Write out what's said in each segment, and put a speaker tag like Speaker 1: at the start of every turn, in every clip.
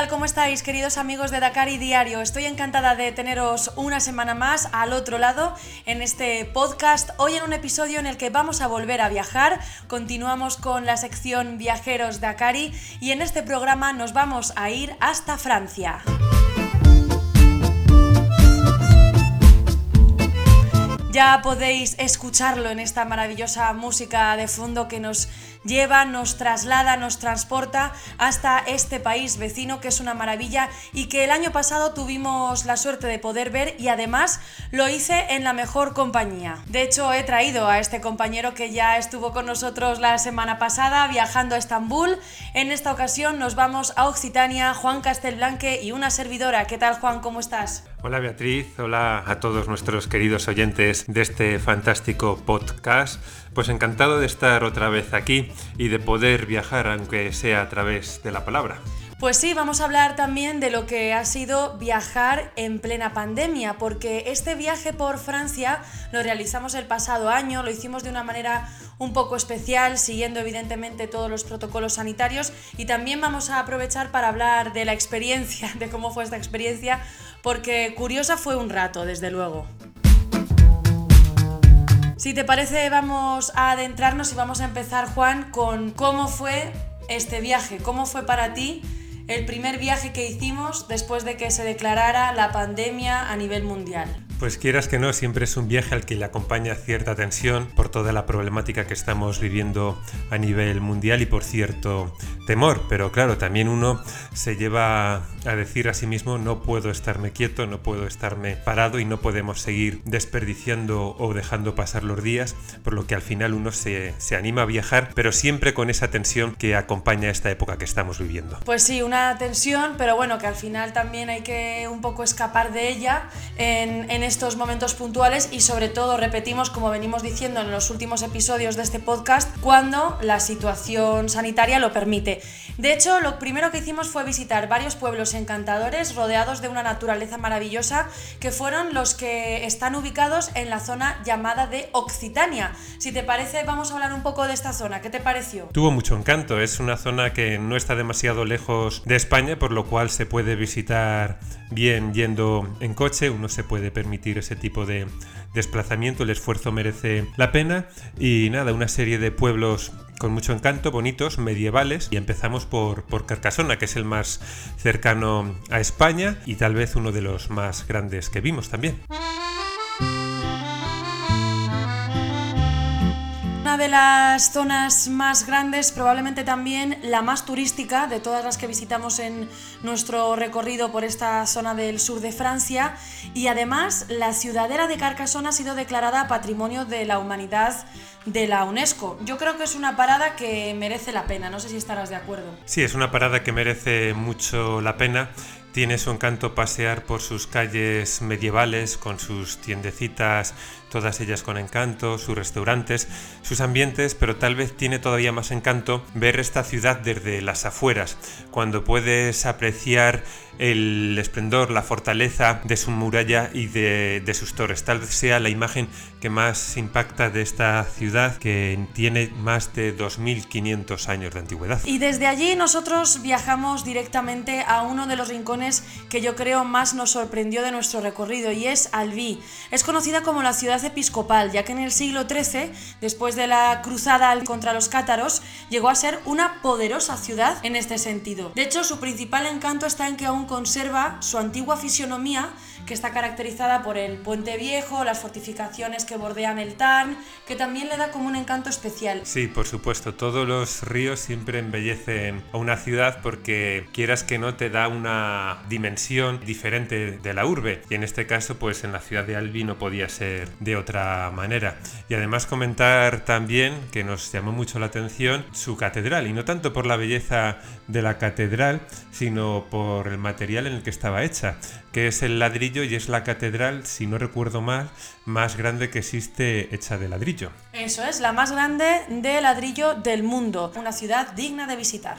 Speaker 1: tal? ¿Cómo estáis, queridos amigos de Dakar y Diario? Estoy encantada de teneros una semana más al otro lado en este podcast. Hoy en un episodio en el que vamos a volver a viajar. Continuamos con la sección Viajeros Dakari y en este programa nos vamos a ir hasta Francia. Ya podéis escucharlo en esta maravillosa música de fondo que nos lleva, nos traslada, nos transporta hasta este país vecino que es una maravilla y que el año pasado tuvimos la suerte de poder ver y además lo hice en la mejor compañía. De hecho, he traído a este compañero que ya estuvo con nosotros la semana pasada viajando a Estambul. En esta ocasión nos vamos a Occitania, Juan Castelblanque y una servidora. ¿Qué tal, Juan? ¿Cómo estás?
Speaker 2: Hola Beatriz, hola a todos nuestros queridos oyentes de este fantástico podcast. Pues encantado de estar otra vez aquí y de poder viajar, aunque sea a través de la palabra.
Speaker 1: Pues sí, vamos a hablar también de lo que ha sido viajar en plena pandemia, porque este viaje por Francia lo realizamos el pasado año, lo hicimos de una manera un poco especial, siguiendo evidentemente todos los protocolos sanitarios, y también vamos a aprovechar para hablar de la experiencia, de cómo fue esta experiencia, porque curiosa fue un rato, desde luego. Si te parece, vamos a adentrarnos y vamos a empezar, Juan, con cómo fue este viaje, cómo fue para ti el primer viaje que hicimos después de que se declarara la pandemia a nivel mundial.
Speaker 2: Pues quieras que no, siempre es un viaje al que le acompaña cierta tensión por toda la problemática que estamos viviendo a nivel mundial y por cierto temor, pero claro, también uno se lleva a decir a sí mismo: no puedo estarme quieto, no puedo estarme parado y no podemos seguir desperdiciando o dejando pasar los días, por lo que al final uno se anima a viajar, pero siempre con esa tensión que acompaña esta época que estamos viviendo.
Speaker 1: Pues sí, una tensión, pero bueno, que al final también hay que un poco escapar de ella en estos momentos puntuales y sobre todo, repetimos, como venimos diciendo en los últimos episodios de este podcast, cuando la situación sanitaria lo permite. De hecho, lo primero que hicimos fue visitar varios pueblos encantadores rodeados de una naturaleza maravillosa que fueron los que están ubicados en la zona llamada de Occitania. Si te parece, vamos a hablar un poco de esta zona. ¿Qué te pareció?
Speaker 2: Tuvo mucho encanto, es una zona que no está demasiado lejos de España, por lo cual se puede visitar bien yendo en coche, uno se puede permitir ese tipo de desplazamiento, el esfuerzo merece la pena y nada, una serie de pueblos con mucho encanto, bonitos, medievales, y empezamos por Carcassona, que es el más cercano a España y tal vez uno de los más grandes que vimos también.
Speaker 1: Una de las zonas más grandes, probablemente también la más turística de todas las que visitamos en nuestro recorrido por esta zona del sur de Francia, y además la ciudadela de Carcassona ha sido declarada Patrimonio de la Humanidad de la UNESCO. Yo creo que es una parada que merece la pena, no sé si estarás de acuerdo.
Speaker 2: Sí, es una parada que merece mucho la pena. Tiene su encanto pasear por sus calles medievales con sus tiendecitas, todas ellas con encanto, sus restaurantes, sus ambientes, pero tal vez tiene todavía más encanto ver esta ciudad desde las afueras, cuando puedes apreciar el esplendor, la fortaleza de su muralla y de sus torres. Tal vez sea la imagen que más impacta de esta ciudad, que tiene más de 2500 años de antigüedad.
Speaker 1: Y desde allí nosotros viajamos directamente a uno de los rincones que yo creo más nos sorprendió de nuestro recorrido, y es Albi. Es conocida como la ciudad episcopal, ya que en el siglo XIII, después de la cruzada contra los cátaros, llegó a ser una poderosa ciudad en este sentido. De hecho, su principal encanto está en que aún conserva su antigua fisionomía, que está caracterizada por el puente viejo, las fortificaciones que bordean el Tarn, que también le da como un encanto especial.
Speaker 2: Sí, por supuesto, todos los ríos siempre embellecen a una ciudad porque, quieras que no, te da una dimensión diferente de la urbe, y en este caso pues en la ciudad de Albi no podía ser de otra manera. Y además comentar también que nos llamó mucho la atención su catedral, y no tanto por la belleza de la catedral, sino por el material en el que estaba hecha, que es el ladrillo, y es la catedral, si no recuerdo mal, más grande que existe hecha de ladrillo.
Speaker 1: Eso es, la más grande de ladrillo del mundo, una ciudad digna de visitar.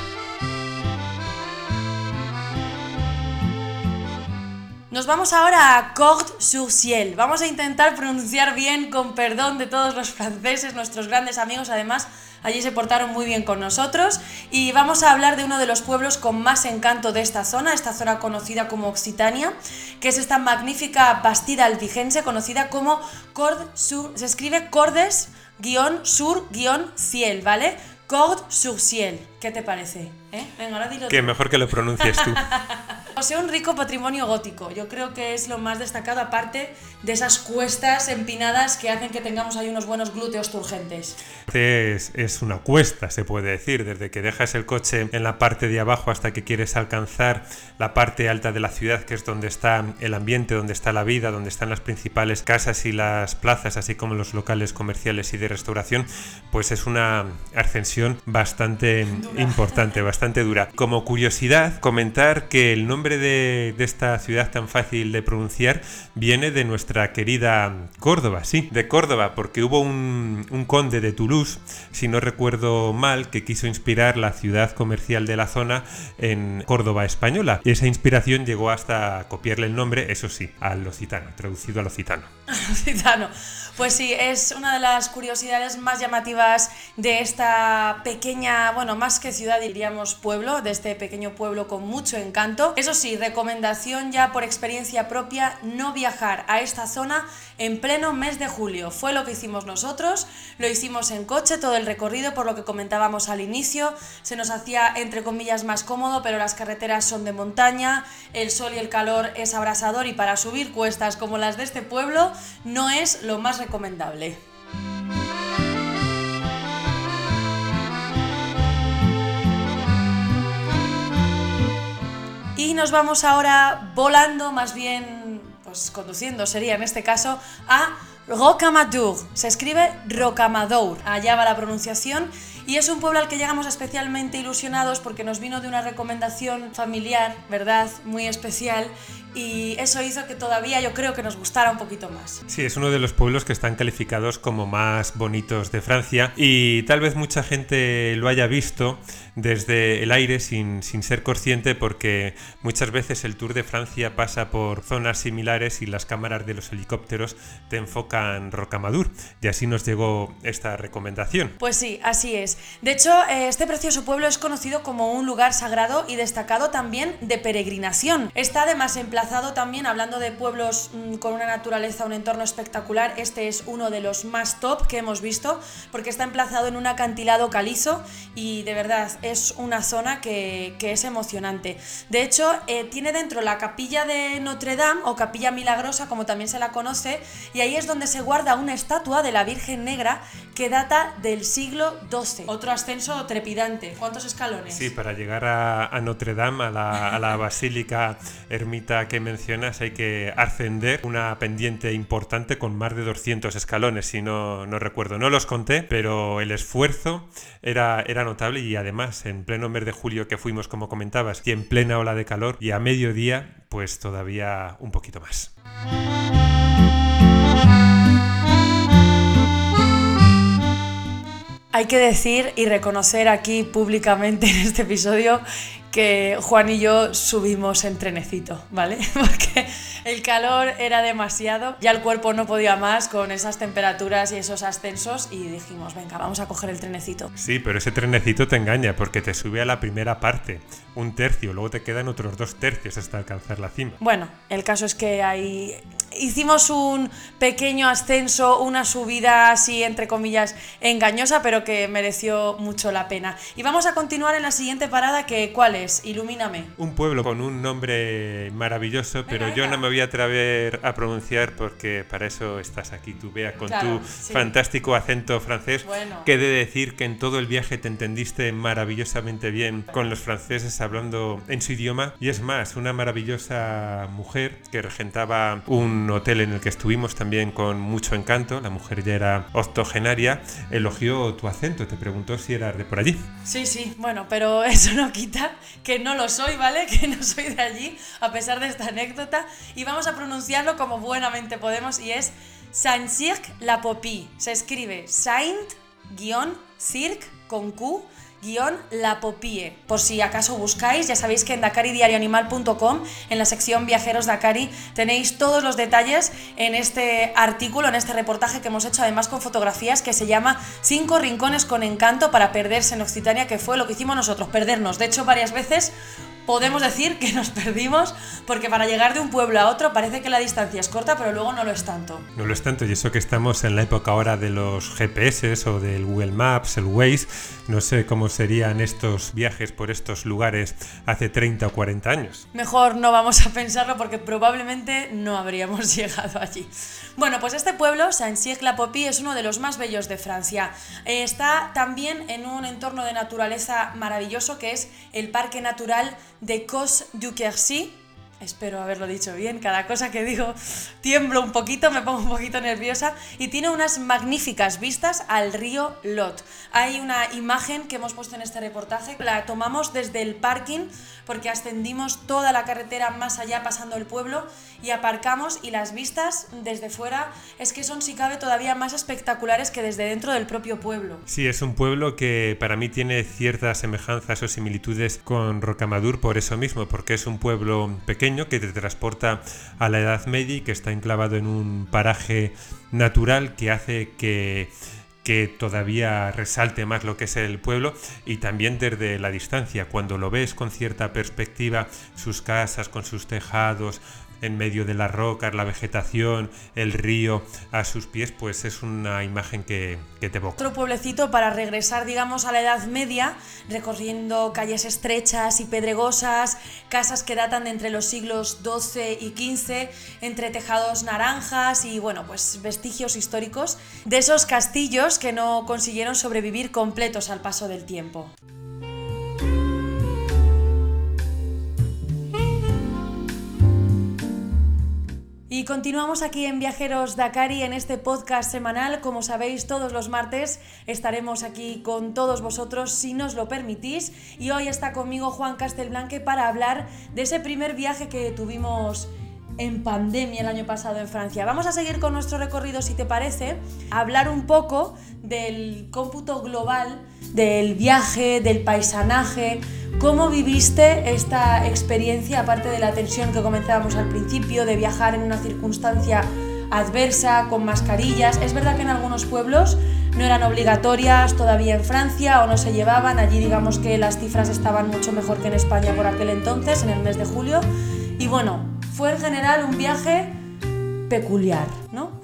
Speaker 1: Nos vamos ahora a Cordes-sur-Ciel. Vamos a intentar pronunciar bien, con perdón de todos los franceses, nuestros grandes amigos. Además allí se portaron muy bien con nosotros y vamos a hablar de uno de los pueblos con más encanto de esta zona conocida como Occitania, que es esta magnífica Bastida albigense conocida como se escribe Cordes-sur-ciel, ¿vale? Cordes-sur-ciel. ¿Qué te parece? Venga, ahora dilo tú.
Speaker 2: Que mejor que lo pronuncies tú.
Speaker 1: Posee un rico patrimonio gótico, yo creo que es lo más destacado, aparte de esas cuestas empinadas que hacen que tengamos ahí unos buenos glúteos turgentes.
Speaker 2: Es una cuesta, se puede decir, desde que dejas el coche en la parte de abajo hasta que quieres alcanzar la parte alta de la ciudad, que es donde está el ambiente, donde está la vida, donde están las principales casas y las plazas, así como los locales comerciales y de restauración, pues es una ascensión bastante importante, bastante dura. Como curiosidad, comentar que el nombre de esta ciudad tan fácil de pronunciar viene de nuestra querida Córdoba, sí, de Córdoba, porque hubo un conde de Toulouse, si no recuerdo mal, que quiso inspirar la ciudad comercial de la zona en Córdoba española. Y esa inspiración llegó hasta copiarle el nombre, eso sí, al occitano, traducido al occitano.
Speaker 1: Occitano. Pues sí, es una de las curiosidades más llamativas de esta pequeña, bueno, más que ciudad diríamos pueblo, de este pequeño pueblo con mucho encanto. Eso sí, recomendación ya por experiencia propia, no viajar a esta zona en pleno mes de julio. Fue lo que hicimos nosotros, lo hicimos en coche, todo el recorrido, por lo que comentábamos al inicio, se nos hacía entre comillas más cómodo, pero las carreteras son de montaña, el sol y el calor es abrasador y para subir cuestas como las de este pueblo no es lo más recomendable. Y nos vamos ahora volando, más bien, pues conduciendo sería en este caso, a Rocamadour. Se escribe Rocamadour, allá va la pronunciación, y es un pueblo al que llegamos especialmente ilusionados porque nos vino de una recomendación familiar, ¿verdad? Muy especial, y eso hizo que todavía yo creo que nos gustara un poquito más.
Speaker 2: Sí, es uno de los pueblos que están calificados como más bonitos de Francia y tal vez mucha gente lo haya visto desde el aire sin ser consciente, porque muchas veces el Tour de Francia pasa por zonas similares y las cámaras de los helicópteros te enfocan Rocamadour, y así nos llegó esta recomendación.
Speaker 1: Pues sí, así es. De hecho, este precioso pueblo es conocido como un lugar sagrado y destacado también de peregrinación. Está además emplazado también, hablando de pueblos con una naturaleza, un entorno espectacular, este es uno de los más top que hemos visto, porque está emplazado en un acantilado calizo y de verdad es una zona que es emocionante. De hecho, tiene dentro la capilla de Notre Dame, o capilla milagrosa como también se la conoce, y ahí es donde se guarda una estatua de la Virgen Negra que data del siglo XII. Otro ascenso trepidante. ¿Cuántos escalones?
Speaker 2: Sí, para llegar a Notre Dame, a la basílica ermita que mencionas, hay que ascender una pendiente importante con más de 200 escalones, si no recuerdo. No los conté, pero el esfuerzo era notable, y además en pleno mes de julio que fuimos, como comentabas, y en plena ola de calor, y a mediodía, pues todavía un poquito más.
Speaker 1: Hay que decir y reconocer aquí públicamente en este episodio que Juan y yo subimos en trenecito, ¿vale? Porque el calor era demasiado, ya el cuerpo no podía más con esas temperaturas y esos ascensos, y dijimos, venga, vamos a coger el trenecito.
Speaker 2: Sí, pero ese trenecito te engaña porque te sube a la primera parte, 1/3, luego te quedan otros 2/3 hasta alcanzar la cima.
Speaker 1: Bueno, el caso es que ahí hicimos un pequeño ascenso, una subida así entre comillas engañosa, pero que mereció mucho la pena. Y vamos a continuar en la siguiente parada, que ¿cuál es? Ilumíname.
Speaker 2: Un pueblo con un nombre maravilloso, pero
Speaker 1: venga,
Speaker 2: yo no me voy a atrever a pronunciar porque para eso estás aquí tú, Bea, con tu fantástico acento francés.
Speaker 1: Bueno.
Speaker 2: Que he de decir que en todo el viaje te entendiste maravillosamente bien con los franceses hablando en su idioma, y es más, una maravillosa mujer que regentaba un hotel en el que estuvimos también con mucho encanto, la mujer ya era octogenaria, elogió tu acento, te preguntó si eras de por allí.
Speaker 1: Sí, bueno, pero eso no quita que no lo soy, ¿vale? Que no soy de allí, a pesar de esta anécdota, y vamos a pronunciarlo como buenamente podemos, y es Saint-Cirq-la-Popie. Se escribe Saint-Cirq con Q La Popie. Por si acaso buscáis, ya sabéis que en dakaridiarioanimal.com, en la sección Viajeros Dakari, tenéis todos los detalles en este artículo, en este reportaje que hemos hecho además con fotografías, que se llama 5 rincones con encanto para perderse en Occitania, que fue lo que hicimos nosotros, perdernos. De hecho, varias veces podemos decir que nos perdimos, porque para llegar de un pueblo a otro parece que la distancia es corta, pero luego no lo es tanto.
Speaker 2: No lo es tanto, y eso que estamos en la época ahora de los GPS o del Google Maps, el Waze, no sé cómo serían estos viajes por estos lugares hace 30 o 40 años.
Speaker 1: Mejor no vamos a pensarlo porque probablemente no habríamos llegado allí. Bueno, pues este pueblo, Saint-Siège-la-Popie, es uno de los más bellos de Francia. Está también en un entorno de naturaleza maravilloso que es el Parque Natural de Cos-du-Quercy. Espero haberlo dicho bien, cada cosa que digo tiemblo un poquito, me pongo un poquito nerviosa, y tiene unas magníficas vistas al río Lot. Hay una imagen que hemos puesto en este reportaje, la tomamos desde el parking porque ascendimos toda la carretera más allá pasando el pueblo y aparcamos, y las vistas desde fuera es que son, si cabe, todavía más espectaculares que desde dentro del propio pueblo.
Speaker 2: Sí, es un pueblo que para mí tiene ciertas semejanzas o similitudes con Rocamadour por eso mismo, porque es un pueblo pequeño que te transporta a la Edad Media y que está enclavado en un paraje natural que hace que todavía resalte más lo que es el pueblo, y también desde la distancia, cuando lo ves con cierta perspectiva, sus casas con sus tejados, en medio de las rocas, la vegetación, el río a sus pies, pues es una imagen que te evoca.
Speaker 1: Otro pueblecito para regresar, digamos, a la Edad Media, recorriendo calles estrechas y pedregosas, casas que datan de entre los siglos XII y XV, entre tejados naranjas y, bueno, pues vestigios históricos de esos castillos que no consiguieron sobrevivir completos al paso del tiempo. Y continuamos aquí en Viajeros Dakari, en este podcast semanal. Como sabéis, todos los martes estaremos aquí con todos vosotros, si nos lo permitís. Y hoy está conmigo Juan Castelblanque para hablar de ese primer viaje que tuvimos en pandemia el año pasado en Francia. Vamos a seguir con nuestro recorrido, si te parece, a hablar un poco del cómputo global, del viaje, del paisanaje. ¿Cómo viviste esta experiencia, aparte de la tensión que comenzábamos al principio, de viajar en una circunstancia adversa, con mascarillas? Es verdad que en algunos pueblos no eran obligatorias todavía en Francia o no se llevaban. Allí, digamos que las cifras estaban mucho mejor que en España por aquel entonces, en el mes de julio. Y bueno, fue en general un viaje peculiar, ¿no?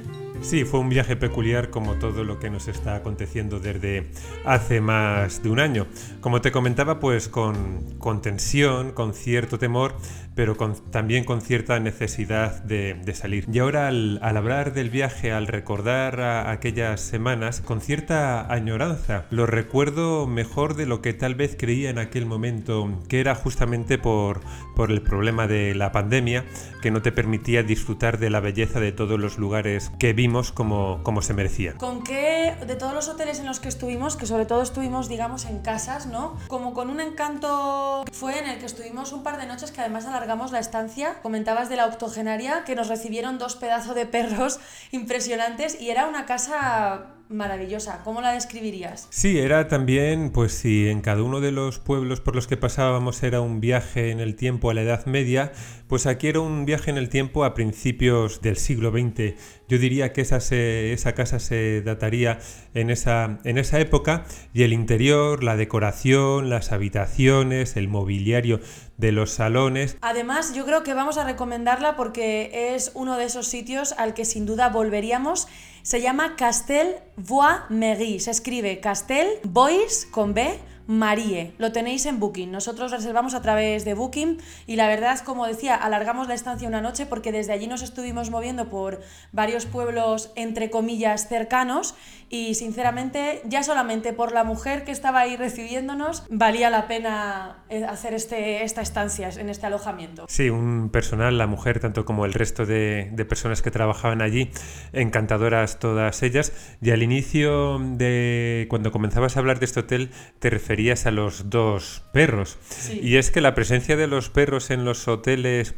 Speaker 2: Sí, fue un viaje peculiar, como todo lo que nos está aconteciendo desde hace más de un año. Como te comentaba, pues con tensión, con cierto temor, pero también con cierta necesidad de salir. Y ahora al hablar del viaje, al recordar aquellas semanas, con cierta añoranza, lo recuerdo mejor de lo que tal vez creía en aquel momento, que era justamente por el problema de la pandemia, que no te permitía disfrutar de la belleza de todos los lugares que vimos como se merecían.
Speaker 1: ¿Con qué, de todos los hoteles en los que estuvimos, que sobre todo estuvimos, digamos, en casas, ¿no? Como con un encanto fue en el que estuvimos un par de noches, que además alargamos la estancia. Comentabas de la octogenaria, que nos recibieron 2 pedazos de perros impresionantes, y era una casa maravillosa. ¿Cómo la describirías?
Speaker 2: Sí, era también, pues si en cada uno de los pueblos por los que pasábamos era un viaje en el tiempo a la Edad Media, pues aquí era un viaje en el tiempo a principios del siglo XX. Yo diría que esa casa se dataría en esa época, y el interior, la decoración, las habitaciones, el mobiliario de los salones.
Speaker 1: Además, yo creo que vamos a recomendarla porque es uno de esos sitios al que sin duda volveríamos. Se llama Castel Bois-Marie, se escribe Castel Bois con B, Marie. Lo tenéis en Booking. Nosotros reservamos a través de Booking y la verdad, como decía, alargamos la estancia una noche porque desde allí nos estuvimos moviendo por varios pueblos, entre comillas, cercanos, y sinceramente ya solamente por la mujer que estaba ahí recibiéndonos valía la pena hacer esta estancia en este alojamiento.
Speaker 2: Sí, un personal, la mujer tanto como el resto de personas que trabajaban allí, encantadoras todas ellas. Y al inicio de cuando comenzabas a hablar de este hotel te referías referías a los 2 perros.
Speaker 1: Sí.
Speaker 2: Y es que la presencia de los perros en los hoteles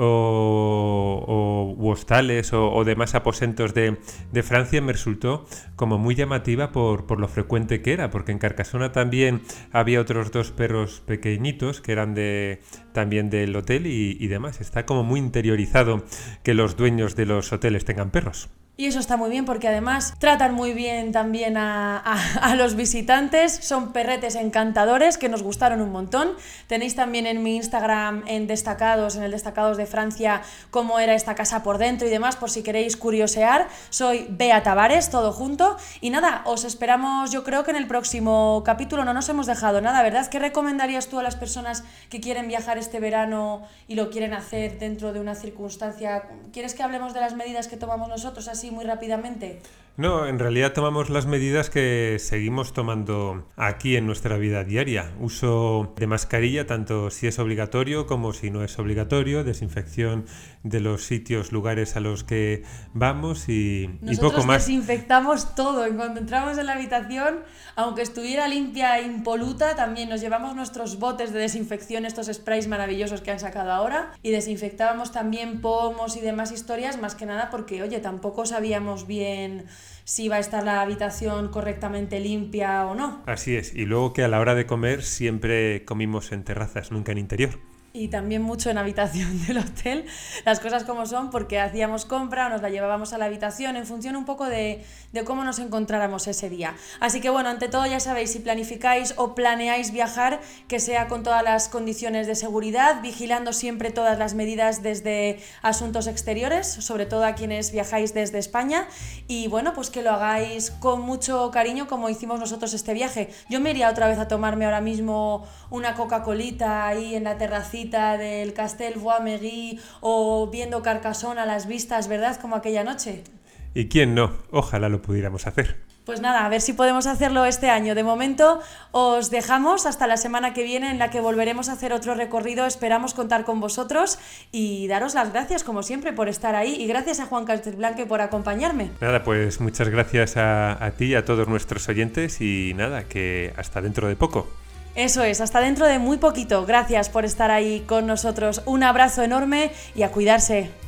Speaker 2: u hostales o demás aposentos de Francia me resultó como muy llamativa por lo frecuente que era, porque en Carcassona también había otros 2 perros pequeñitos que eran también del hotel y demás. Está como muy interiorizado que los dueños de los hoteles tengan perros.
Speaker 1: Y eso está muy bien porque además tratan muy bien también a los visitantes, son perretes encantadores que nos gustaron un montón. Tenéis también en mi Instagram en el Destacados de Francia, cómo era esta casa por dentro y demás, por si queréis curiosear. Soy Bea Tavares, todo junto. Y nada, os esperamos, yo creo que en el próximo capítulo. No nos hemos dejado nada, ¿verdad? ¿Qué recomendarías tú a las personas que quieren viajar este verano y lo quieren hacer dentro de una circunstancia? ¿Quieres que hablemos de las medidas que tomamos nosotros así muy rápidamente?
Speaker 2: No, en realidad tomamos las medidas que seguimos tomando aquí en nuestra vida diaria. Uso de mascarilla, tanto si es obligatorio como si no es obligatorio, desinfección de los sitios, lugares a los que vamos y poco más.
Speaker 1: Nosotros desinfectamos todo. En cuanto entramos en la habitación, aunque estuviera limpia e impoluta, también nos llevamos nuestros botes de desinfección, estos sprays maravillosos que han sacado ahora, y desinfectábamos también pomos y demás historias, más que nada porque, oye, tampoco sabíamos bien si iba a estar la habitación correctamente limpia o no.
Speaker 2: Así es, y luego que a la hora de comer siempre comimos en terrazas, nunca en interior.
Speaker 1: Y también mucho en habitación del hotel, las cosas como son, porque hacíamos compra o nos la llevábamos a la habitación en función un poco de cómo nos encontráramos ese día. Así que bueno, ante todo ya sabéis, si planificáis o planeáis viajar, que sea con todas las condiciones de seguridad, vigilando siempre todas las medidas desde asuntos exteriores, sobre todo a quienes viajáis desde España, y bueno, pues que lo hagáis con mucho cariño como hicimos nosotros este viaje. Yo me iría otra vez a tomarme ahora mismo una Coca-Colita ahí en la terracita del Castel Bois-Méry o viendo Carcassona a las vistas, ¿verdad? Como aquella noche.
Speaker 2: ¿Y quién no? Ojalá lo pudiéramos hacer.
Speaker 1: Pues nada, a ver si podemos hacerlo este año. De momento os dejamos hasta la semana que viene, en la que volveremos a hacer otro recorrido. Esperamos contar con vosotros y daros las gracias, como siempre, por estar ahí, y gracias a Juan Castelblanque por acompañarme.
Speaker 2: Nada, pues muchas gracias a ti y a todos nuestros oyentes, y nada, que hasta dentro de poco.
Speaker 1: Eso es, hasta dentro de muy poquito. Gracias por estar ahí con nosotros. Un abrazo enorme y a cuidarse.